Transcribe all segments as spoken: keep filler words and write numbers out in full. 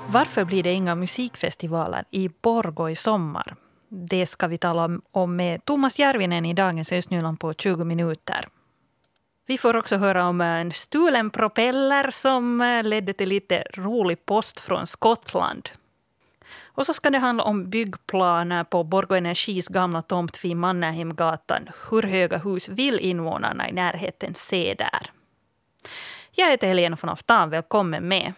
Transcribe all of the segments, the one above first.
Varför blir det inga musikfestivaler i Borgå i sommar? Det ska vi tala om med Thomas Järvinen i dagens Östnyland på tjugo minuter. Vi får också höra om en stulen propeller som ledde till lite rolig post från Skottland. Och så ska det handla om byggplaner på Borgå Energis gamla tomt vid Mannerheimgatan. Hur höga hus vill invånarna i närheten se där? Jag heter Helena von Aftan, välkommen med.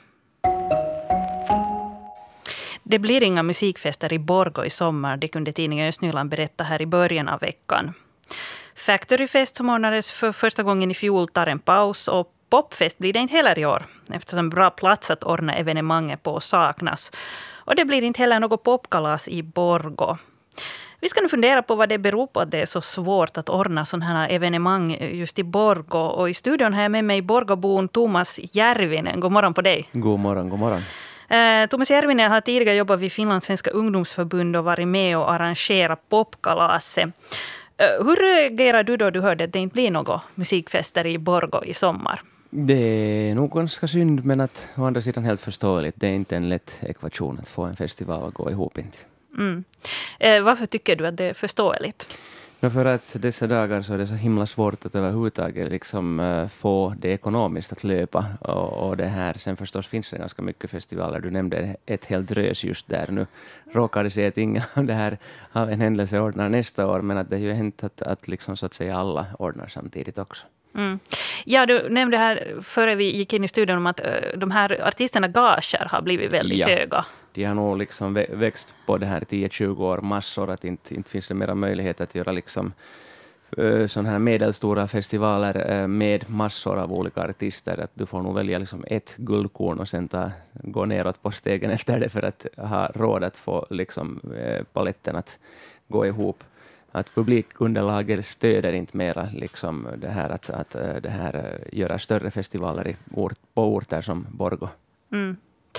Det blir inga musikfester i Borgå i sommar, det kunde tidningen Östnyland berätta här i början av veckan. Factoryfest som ordnades för första gången i fjol tar en paus och popfest blir det inte heller i år eftersom bra plats att ordna evenemanget på saknas. Och det blir inte heller något popkalas i Borgå. Vi ska nu fundera på vad det beror på att det är så svårt att ordna sådana här evenemang just i Borgå. Och i studion här med mig Borgåbon Thomas Järvinen. God morgon på dig. God morgon, god morgon. Eh, Thomas Järvinen har tidigare jobbat vid Finlandssvenska ungdomsförbund och varit med och arrangerat popkalaset. Eh, hur reagerar du då du hörde att det inte blir något musikfester i Borgå i sommar? Det är nog ganska synd, men att å andra sidan helt förståeligt. Det är inte en lätt ekvation att få en festival att gå ihop inte. Mm. Eh, varför tycker du att det är förståeligt? No, för att dessa dagar så är det så himla svårt att överhuvudtaget liksom, uh, få det ekonomiskt att löpa. Och, och det här, sen förstås finns det ganska mycket festivaler. Du nämnde ett helt drös just där. Nu råkar det sig att inga av det här av en händelse ordnar nästa år, men att det har ju hänt att, att liksom, så att säga alla ordnar samtidigt också. Mm. Ja, du nämnde här före vi gick in i studion om att uh, de här artisterna gager har blivit väldigt ja. höga. De har nog liksom växt på det här tio tjugo år massor, att inte, inte finns det mera möjlighet att göra liksom uh, sådana här medelstora festivaler uh, med massor av olika artister. Att du får nog välja liksom ett guldkorn och sen ta, gå neråt på stegen efter det för att ha råd att få liksom, uh, paletten att gå ihop. Att publikunderlaget stöder inte mera liksom det här att, att det här göra större festivaler i ort, på orter som Borgå. Mm.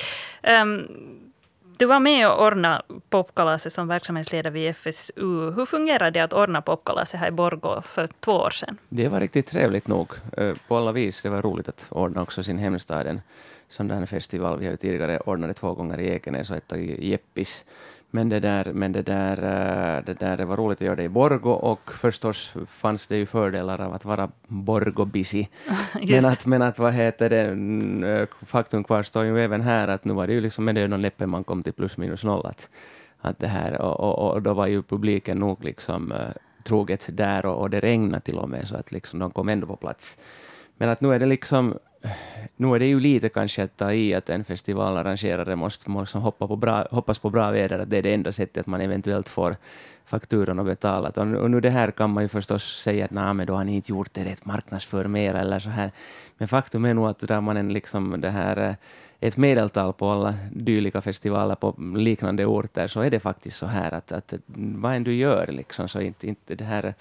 Um, du var med och ordna popkalaset som verksamhetsledare vid F S U. Hur fungerade det att ordna popkalaset här i Borgå för två år sedan? Det var riktigt trevligt nog. På alla vis. Det var roligt att ordna också sin hemstad. En sån här festival. Vi har ju tidigare ordnat två gånger i Ekenäs och ett i Jeppis. Men det där, men det där, det där det var roligt att göra det i Borgå, och förstås fanns det ju fördelar av att vara Borgå-busy. men att, men att vad heter det, faktum kvarstår ju även här att nu var det ju liksom med det någon läppe man kom till plus minus noll att, att det här, och, och, och då var ju publiken nog liksom uh, troget där och, och det regnade till och med så att liksom de kom ändå på plats. Men att nu är det liksom Nu är det ju lite kanske att ta i att en festivalarrangerare måste, måste hoppa på bra, hoppas på bra väder, att det är det enda sättet att man eventuellt får fakturan och betalat. Och, och nu det här kan man ju förstås säga att nej, men då har ni inte gjort det rätt marknadsför mer eller så här. Men faktum är nog att drar man en liksom det här ett medeltal på alla dylika festivaler på liknande orter så är det faktiskt så här att, att vad än du gör liksom så inte, inte det här.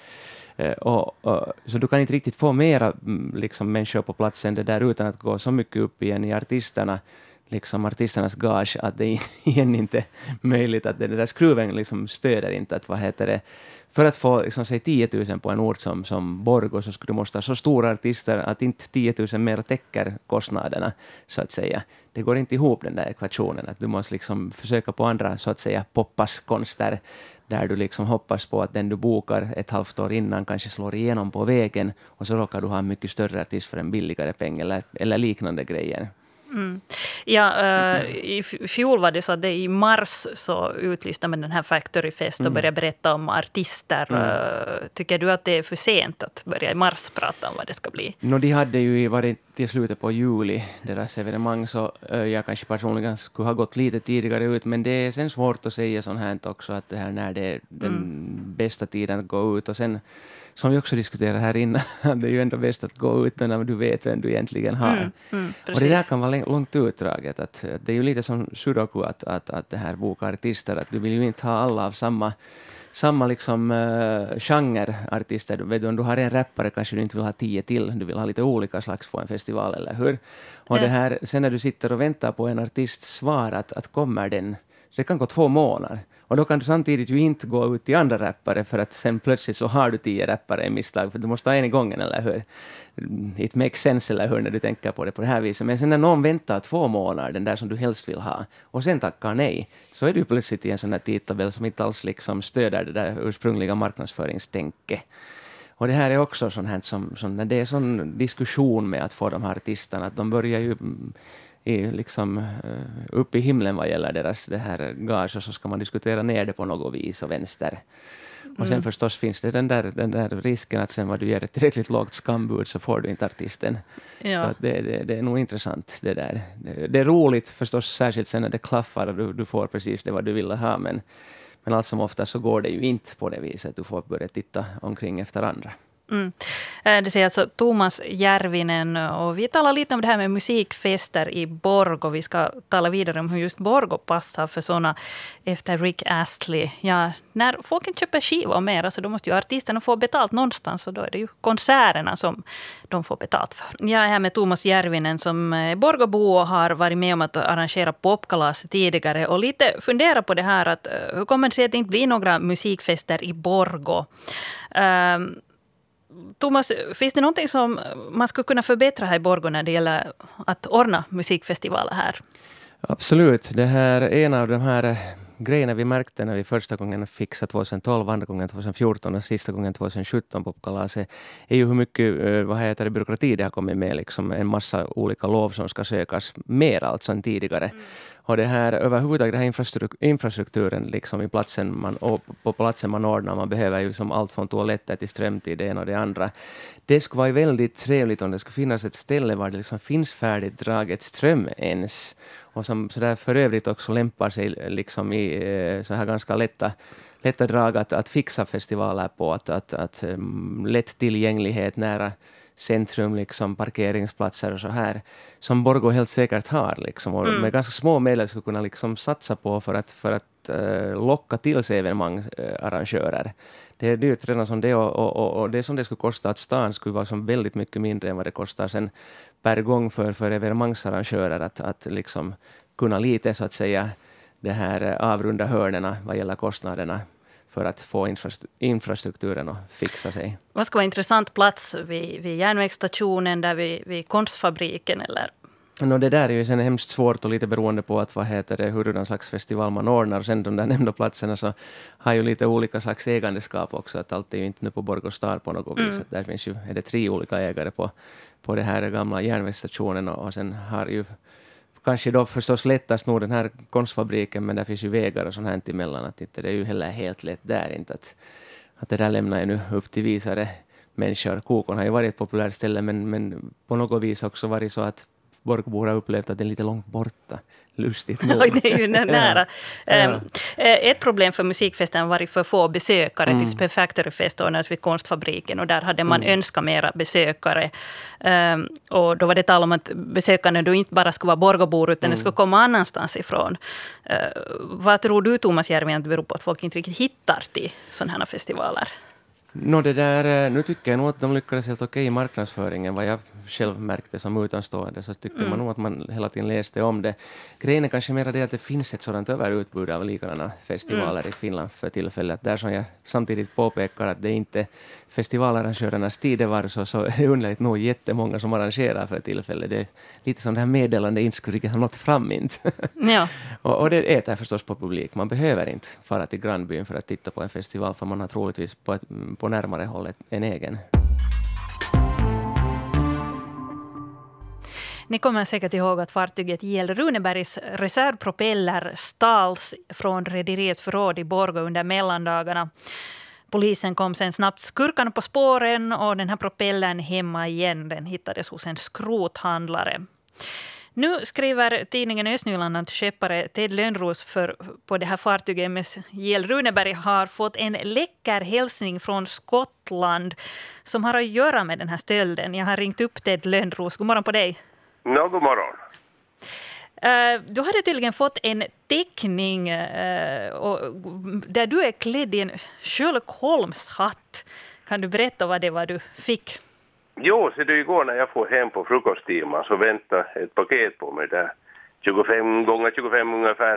Och, och, så du kan inte riktigt få mera liksom, människor på platsen det där utan att gå så mycket upp igen i artisterna, liksom artisternas gage att det är igen inte möjligt att det, det där skruven liksom stöder inte att vad heter det. För att få liksom, säg tio tusen på en ort som, som Borgå så skulle du måste ha så stora artister att inte tio tusen mer täcker kostnaderna så att säga. Det går inte ihop den där ekvationen att du måste liksom försöka på andra så att säga poppas konster där du liksom hoppas på att den du bokar ett halvt år innan kanske slår igenom på vägen och så råkar du ha en mycket större artist för en billigare peng eller, eller liknande grejer. Mm. Ja, uh, i fjol var det så att det i mars så utlystade man den här Factoryfest och mm. började berätta om artister. Mm. Uh, tycker du att det är för sent att börja i mars prata om vad det ska bli? No, de hade ju varit till slutet på juli, deras evenemang, så uh, jag kanske personligen skulle ha gått lite tidigare ut, men det är sen svårt att säga sånt här också, att det här när det är den mm. bästa tiden att gå ut och sen som vi också diskuterar här innan, det är ju ändå bäst att gå ut när du vet vem du egentligen har. Mm, mm, och det där kan vara långt utdraget. Att det är ju lite som sudoku att, att, att det här boka artister, att du vill ju inte ha alla av samma, samma liksom, uh, genre artister. Vet du, om du har en rappare kanske du inte vill ha tio till, du vill ha lite olika slags på en festival, eller hur? Och mm. det här, sen när du sitter och väntar på en artists svar, att, att kommer den, det kan gå två månader. Och då kan du samtidigt ju inte gå ut till andra rappare för att sen plötsligt så har du tio rappare i misstag, för du måste ha en i gången, eller hur? It makes sense, eller hur, när du tänker på det på det här viset. Men sen när någon väntar två månader, den där som du helst vill ha, och sen tackar nej, så är du plötsligt i en sån här tidtabell som inte alls liksom stöder det där ursprungliga marknadsföringstänket. Och det här är också sånt här som, som när det är sån diskussion med att få de här artisterna, att de börjar ju i, liksom, upp i himlen vad gäller deras det här gage, och så ska man diskutera ner det på något vis och vänster. Och sen mm. förstås finns det den där, den där risken att sen vad du ger ett tillräckligt lågt skambud så får du inte artisten. Ja. Så att det, det, det är nog intressant det där. Det, det är roligt förstås, särskilt sen när det klaffar och du, du får precis det vad du ville ha, men, men allt som ofta så går det ju inte på det viset. Du får börja titta omkring efter andra. Mm. Det säger alltså Thomas Järvinen, och vi talar lite om det här med musikfester i Borgå. Vi ska tala vidare om hur just Borgå passar för sådana efter Rick Astley. Ja, när folk inte köper skivor mer, alltså då måste ju artisterna få betalt någonstans, och då är det ju konserterna som de får betalt för. Jag är här med Thomas Järvinen som är Borgåbo och har varit med om att arrangera popkalas tidigare och lite fundera på det här att hur kommer det sig att det inte blir några musikfester i Borgå? Um, Thomas, finns det någonting som man skulle kunna förbättra här i Borgå när det gäller att ordna musikfestivaler här? Absolut. Det här är en av de här grejerna vi märkte när vi första gången fixade tjugohundratolv, andra gången tjugohundrafjorton och sista gången tjugosjutton på kalaset, är ju hur mycket vad heter det, byråkrati det har kommit med. Liksom en massa olika lov som ska sökas mer alltså än tidigare. Mm. Och det här överhuvudtaget, den här infrastrukturen liksom i platsen man, och på platsen man ordnar, man behöver ju som allt från toaletter till ström till det ena och det andra. Det skulle vara väldigt trevligt om det skulle finnas ett ställe var det liksom finns färdigt draget ström ens, och som så där för övrigt också lämpar sig liksom i eh, så här ganska lätta lätta drag att, att fixa festivaler på, att, att, att um, lätt tillgänglighet nära centrum, liksom parkeringsplatser och så här, som Borgå helt säkert har liksom, och mm. med ganska små medel skulle kunna liksom satsa på för att, för att uh, locka till sig evenemangarrangörer. Det är dyrt redan som det, och, och, och, och det som det skulle kosta att stan skulle vara som väldigt mycket mindre än vad det kostar sen per gång för, för evenemangsarrangörer att, att liksom kunna lite så att säga det här avrunda hörnerna vad gäller kostnaderna för att få infrastrukturen att fixa sig. Vad ska vara intressant plats vid, vid järnvägsstationen, där vid, vid konstfabriken eller? No, det där är ju sen hemskt svårt och lite beroende på att vad heter det, hurdan slags festival man ordnar. Sen de där nämnda platserna så har ju lite olika slags ägandeskap också. Att allt är ju inte nu på Borgå stad på något vis. Mm. Att där finns ju, är det tre olika ägare på, på det här gamla järnvägsstationen, och, och sen har ju kanske då förstås lättast nog den här konstfabriken, men där finns ju vägar och sånt här emellan, att inte det är ju heller helt lätt där inte att, att det där lämnar ju nu upp till visare människor. Kokon har ju varit ett populärt ställe, men, men på något vis också varit så att Borgåbor har upplevt att det är lite långt borta. Lustigt nog. Det är ju nära. ja. Um, ett problem för musikfesten har varit för få besökare. Mm. Till exempel Factory Fest ordnades vid konstfabriken, och där hade man mm. önskat mera besökare. Um, och då var det tal om att besökarna då inte bara skulle vara Borgåbor, utan mm. det skulle komma annanstans ifrån. Uh, vad tror du, Thomas Järvinen, att det beror på att folk inte riktigt hittar till sådana här festivaler? No, det där, nu tycker jag nog att de lyckades helt okej i marknadsföringen. Vad jag själv märkte som utanstående, så tyckte mm. man nog att man hela tiden läste om det. Grejen är kanske mer det att det finns ett sådant överutbud av likadana festivaler mm. i Finland för tillfället. Där som jag samtidigt påpekar att det inte festivalarrangörernas tidevar, så, så är det underligt nog jättemånga som arrangerar för tillfället. Det är lite som det här meddelande inte skulle riktigt ha nått fram inte. Ja. och, och det äter förstås på publik. Man behöver inte fara till grannbyn för att titta på en festival, för man har troligtvis på, ett, på närmare håll en egen. Ni kommer säkert ihåg att fartyget J L Runebergs reservpropeller stals från rederiets förråd i Borgå under mellandagarna. Polisen kom sen snabbt skurkarna på spåren, och den här propellern hemma igen, den hittades hos en skrothandlare. Nu skriver tidningen Östnyland att skeppare Ted Lönnros för, på det här fartyget M S J L Runeberg har fått en läcker hälsning från Skottland som har att göra med den här stölden. Jag har ringt upp Ted Lönnros. God morgon på dig. Ja, god morgon. Uh, du hade tydligen fått en teckning uh, och, där du är klädd i en Sherlock-Holmes-hatt. Kan du berätta vad det var du fick? Jo, så det igår när jag får hem på frukosttimman så väntar ett paket på mig där. tjugofem gånger tjugofem ungefär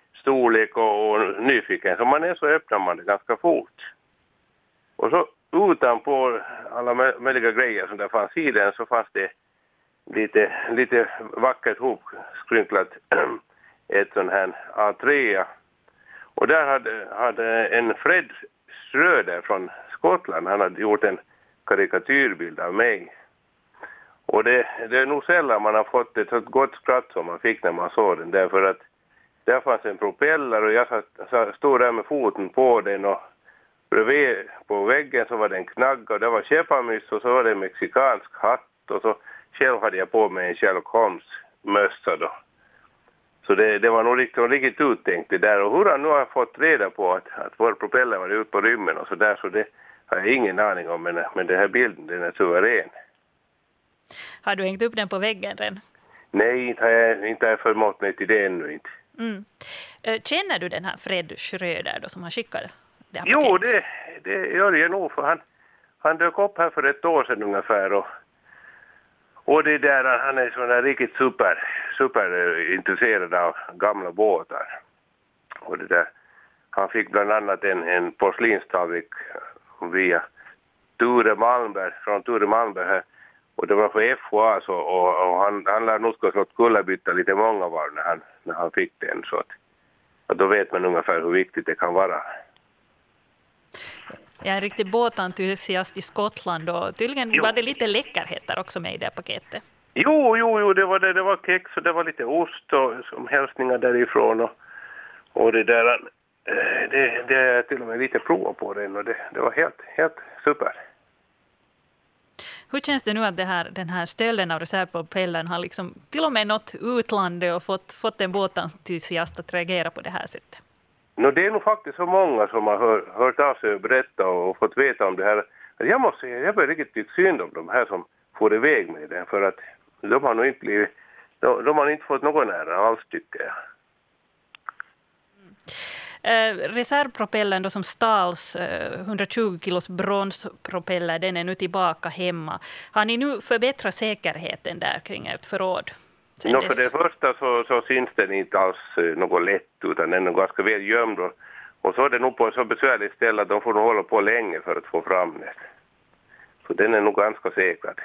storlek och, och nyfiken. Så man är så öppnar man det ganska fort. Och så utanpå alla möjliga grejer som det fanns i den så fanns det lite, lite vackert hopskrynklat ett sån här A tre. Och där hade, hade en Fred Schröder från Skottland, han hade gjort en karikatyrbild av mig. Och det, det är nog sällan man har fått ett så gott skratt som man fick när man såg den. Därför att där fanns en propeller och jag satt, stod där med foten på den och bredvid på väggen så var det en knagg och det var käppamyss och så var det en mexikansk hatt och så själv hade jag på mig en Sherlock Holmes mössa då. Så det, det var nog riktigt, riktigt uttänkt det där. Och hur han nu har fått reda på att, att vår propeller var ute på rymmen och så där, så det har jag ingen aning om. Men, men den här bilden, den är suverän. Har du hängt upp den på väggen redan? Nej, inte har jag, inte har jag förmått mig till det ännu inte. Mm. Känner du den här Fred Schröder då som han skickade? Det jo, det, det gör jag nog, för han, han dök upp här för ett år sedan ungefär och Och det där, han är sån där riktigt super, super intresserad av gamla båtar. Och det där, han fick bland annat en, en porslinstavik via Ture Malmberg, från Ture Malmberg här. Och det var för F H A så, och, och han, han lär nog ska slått kullerbytta lite många var när han, när han fick den. Så att, och då vet man ungefär hur viktigt det kan vara. Jag är en riktig båtentusiast i Skottland och tydligen jo. var det lite läckerheter också med i det paketet. Jo, jo, jo, det var det. Det var kex och det var lite ost och som hälsningar därifrån och, och det där, det, det är till och med lite prova på den och det, det var helt, helt super. Hur känns det nu att det här, den här stölden av reservpropellern har liksom till och med nått utlandet och fått, fått en båtentusiast att reagera på det här sättet? No, det är nog faktiskt så många som har hör, hört av sig och berättat och fått veta om det här. Jag måste säga, jag börjar riktigt tycka synd om de här som får iväg med det. För att de har nog inte blivit, de, de har inte fått någon nära alls, tycker jag. Mm. Eh, reservpropellern då som stals, eh, hundratjugo kilos bronspropeller, den är nu tillbaka hemma. Har ni nu förbättrat säkerheten där kring ert förråd? No, för det första så, så syns den inte alls något lätt utan den är ganska väl gömd och, och så är det nog på så besvärligt ställe att de får nog hålla på länge för att få fram det. Så den är nog ganska säkrad.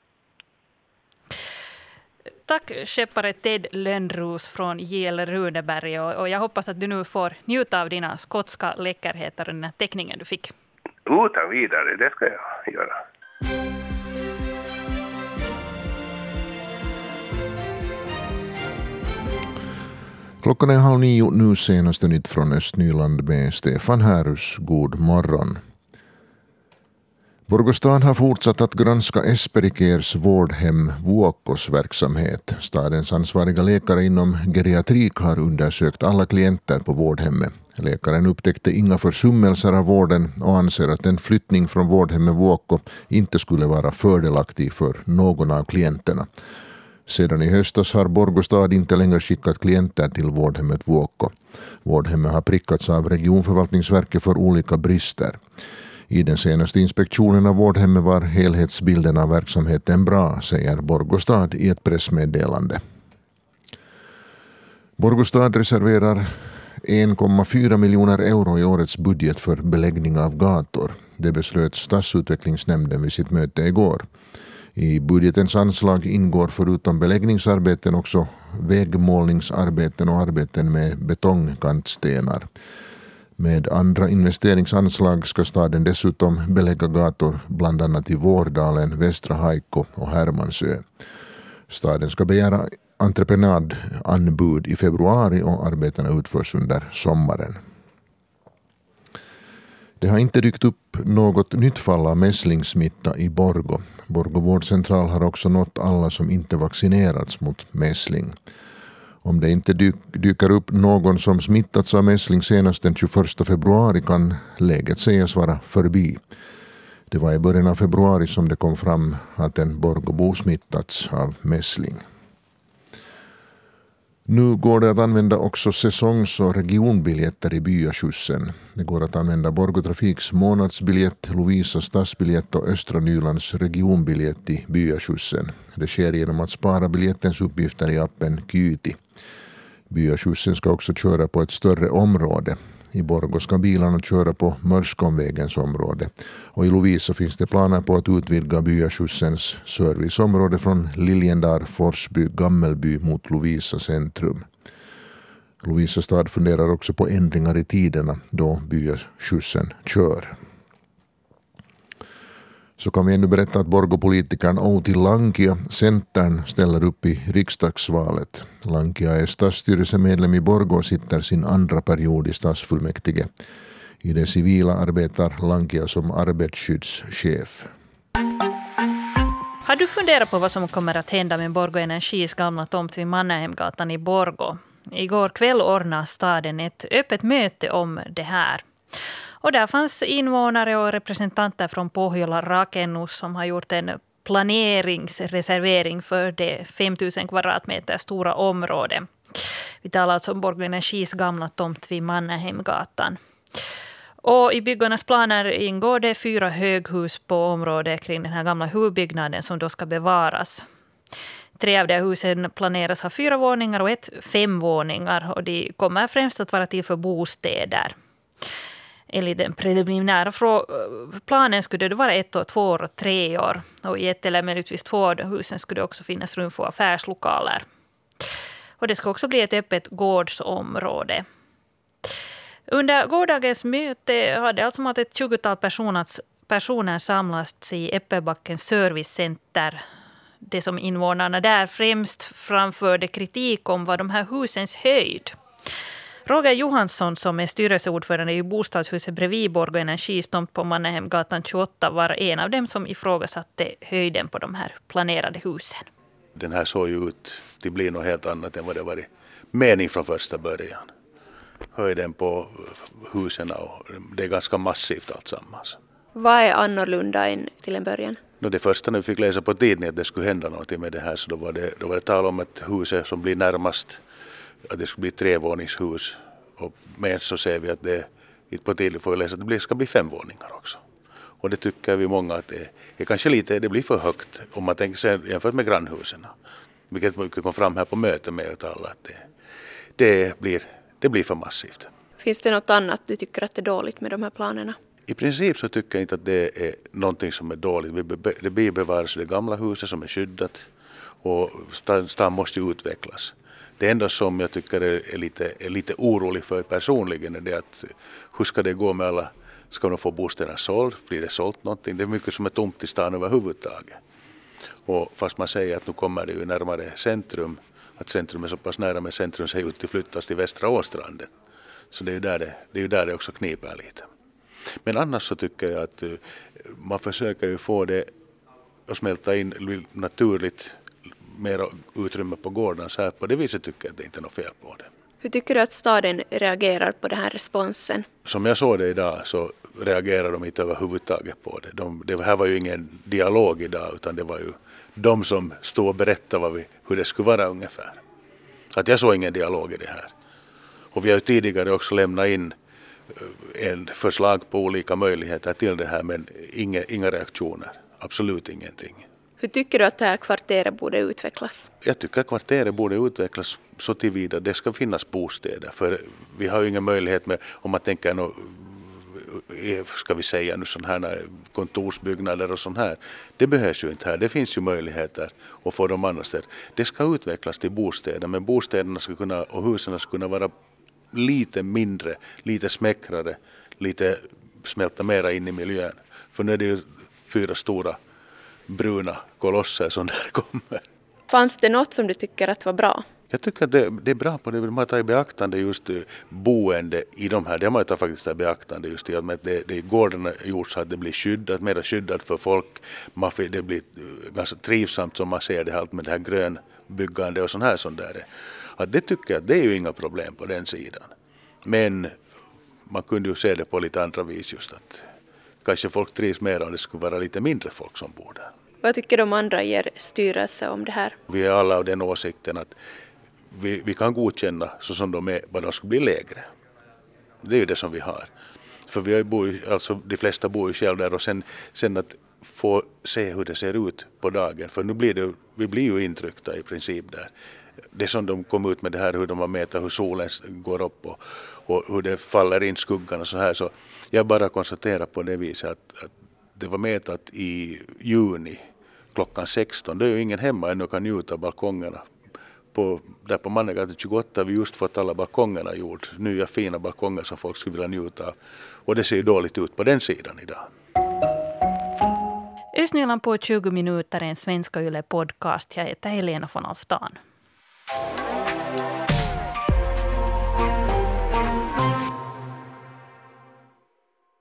Tack skeppare Ted Lönnros från J L Runeberg och, och jag hoppas att du nu får njuta av dina skotska läckerheter och den här teckningen du fick. Utan vidare, det ska jag göra. Klockan är halv nio, nu senaste nytt från Östnyland med Stefan Härus. God morgon. Borgostad har fortsatt att granska Esperikers vårdhem Vuokkos verksamhet. Stadens ansvariga läkare inom geriatrik har undersökt alla klienter på vårdhemmet. Läkaren upptäckte inga försummelser av vården och anser att en flyttning från vårdhemmet Vuokko inte skulle vara fördelaktig för någon av klienterna. Sedan i höstas har Borgostad inte längre skickat klienter till vårdhemmet Vuokko. Vårdhemmet har prickats av regionförvaltningsverket för olika brister. I den senaste inspektionen av vårdhemmet var helhetsbilden av verksamheten bra, säger Borgostad i ett pressmeddelande. Borgostad reserverar en komma fyra miljoner euro i årets budget för beläggning av gator. Det beslöt stadsutvecklingsnämnden vid sitt möte igår. I budgetens anslag ingår förutom beläggningsarbeten också vägmålningsarbeten och arbeten med betongkantstenar. Med andra investeringsanslag ska staden dessutom belägga gator bland annat i Vårdalen, Västra Haikko och Hermansö. Staden ska begära entreprenadanbud i februari och arbetena utförs under sommaren. Det har inte dykt upp något nytt fall av mässlingsmitta i Borgå. Borgå vårdcentral har också nått alla som inte vaccinerats mot mässling. Om det inte dyk, dyker upp någon som smittats av mässling senast den tjugoförsta februari kan läget sägas vara förbi. Det var i början av februari som det kom fram att en Borgåbo smittats av mässling. Nu går det att använda också säsongs- och regionbiljetter i byaskjutsen. Det går att använda Borgåtrafiks månadsbiljett, Lovisa stadsbiljett och Östra Nylands regionbiljett i byaskjutsen. Det sker genom att spara biljettens uppgifter i appen Kyti. Byaskjutsen ska också köra på ett större område. I Borgå ska bilarna köra på Mörskomvägens område. Och i Lovisa finns det planer på att utvidga byaskjutsens serviceområde från Liljendal, Forsby, Gammelby mot Lovisa centrum. Lovisa stad funderar också på ändringar i tiderna då byaskjutsen kör. Så kan vi ännu berätta att Borgå-politikern Outi Lankia, Centern, ställer upp i riksdagsvalet. Lankia är stadsstyrelsemedlem i Borgå och sitter sin andra period i stadsfullmäktige. I det civila arbetar Lankia som arbetsskyddschef. Har du funderat på vad som kommer att hända med Borgå Energis gamla tomt vid Mannahemgatan i Borgå? Igår kväll ordnade staden ett öppet möte om det här. Och där fanns invånare och representanter från Pohjola Rakennus som har gjort en planeringsreservering för det femtusen kvadratmeter stora området. Vi talar alltså om Borgå Energis gamla tomt vid Mannahemgatan. Och i byggarnas planer ingår det fyra höghus på området kring den här gamla huvudbyggnaden som då ska bevaras. Tre av de husen planeras ha fyra våningar och ett fem våningar och de kommer främst att vara till för bostäder. Enligt den preliminära planen skulle det vara ett år, två år och tre år. Och i ett eller möjligtvis två av husen skulle det också finnas rum för affärslokaler. Och det ska också bli ett öppet gårdsområde. Under gårdagens möte hade alltså att ett tjugotal personer, personer samlats i Äppelbackens servicecenter. Det som invånarna där främst framförde kritik om var de här husens höjd. Roger Johansson som är styrelseordförande i bostadshuset bredvid Borgå Energis tomt på Mannahemgatan tjugoåtta var en av dem som ifrågasatte höjden på de här planerade husen. Den här såg ju ut till bli något helt annat än vad det var mening från första början. Höjden på husen och det är ganska massivt alltsammans. Vad är annorlunda än till en början? No, det första när vi fick läsa på tidningen att det skulle hända något med det här så då var det, då var det tal om ett hus som blir närmast att det skulle bli trevåningshus och med så ser vi att det på tidligt får vi läsa att det blir, ska bli fem våningar också. Och det tycker vi många att det är kanske lite, det blir för högt om man tänker sig jämfört med grannhusen. Vilket kom fram här på mötet med att alla att det, det, blir, det blir för massivt. Finns det något annat du tycker att det är dåligt med de här planerna? I princip så tycker jag inte att det är någonting som är dåligt. Det bibehålls det gamla huset som är skyddat och stan måste ju utvecklas. Det enda som jag tycker är lite, är lite orolig för personligen är det att hur ska det gå med alla, ska de få bostäderna såld, blir det sålt någonting? Det är mycket som är tomt i stan överhuvudtaget. Och fast man säger att nu kommer det ju närmare centrum, att centrum är så pass nära med centrum ser ut att flyttas till Västra Åstranden. Så det är ju där det, det, är ju där det också kniper lite. Men annars så tycker jag att man försöker ju få det att smälta in naturligt mer utrymme på gården så här på det viset tycker jag att det inte är något fel på det. Hur tycker du att staden reagerar på den här responsen? Som jag såg det idag så reagerar de inte överhuvudtaget på det. De, det här var ju ingen dialog idag utan det var ju de som stod och berättade vad vi, hur det skulle vara ungefär. Att jag såg ingen dialog i det här. Och vi har ju tidigare också lämnat in en förslag på olika möjligheter till det här men inga, inga reaktioner. Absolut ingenting. Hur tycker du att det här kvarteret borde utvecklas? Jag tycker att kvarteret borde utvecklas så tillvida det ska finnas bostäder. För vi har ju ingen möjlighet med, om man tänker no, ska vi säga nu sådana här kontorsbyggnader och sånt här. Det behövs ju inte här. Det finns ju möjligheter att få dem annars där. Det ska utvecklas till bostäder men bostäderna ska kunna och husen ska kunna vara lite mindre, lite smäckrare, lite smälta mera in i miljön. För nu är det ju fyra stora bruna kolosser som där kommer. Fanns det något som du tycker att var bra? Jag tycker att det, det är bra på det. Man tar i beaktande just boende i de här. Det har man tar faktiskt i beaktande just i att det, det gården gjorts så att det blir skyddat, mer skyddat för folk. Man, det blir ganska trivsamt som man ser det allt med det här grönbyggande och sånt här som där är. Att det tycker jag att det är ju inga problem på den sidan. Men man kunde ju se det på lite andra vis just att kanske folk trivs mer om det skulle vara lite mindre folk som bor där. Vad tycker de andra i er styrelse om det här? Vi är alla av den åsikten att vi, vi kan godkänna så som de är, bara de skulle bli lägre. Det är ju det som vi har. För vi har ju bor, alltså de flesta bor ju själv där och sen, sen att få se hur det ser ut på dagen. För nu blir det, vi blir ju intryckta i princip där. det som de kom ut med det här hur de har mätat hur solen går upp och, och hur det faller in skuggan och så här. Så jag bara konstaterar på det viset att, att det var mätat i juni klockan sexton. Det är ju ingen hemma ännu kan njuta av balkongerna. På, där på Mannegatan tjugoåtta har vi just fått alla balkongerna gjort. Nya fina balkonger som folk skulle vilja njuta av. Och det ser ju dåligt ut på den sidan idag. Östnyland på tjugo minuter är en svenska Yle podcast. Jag heter Helena von Alftan.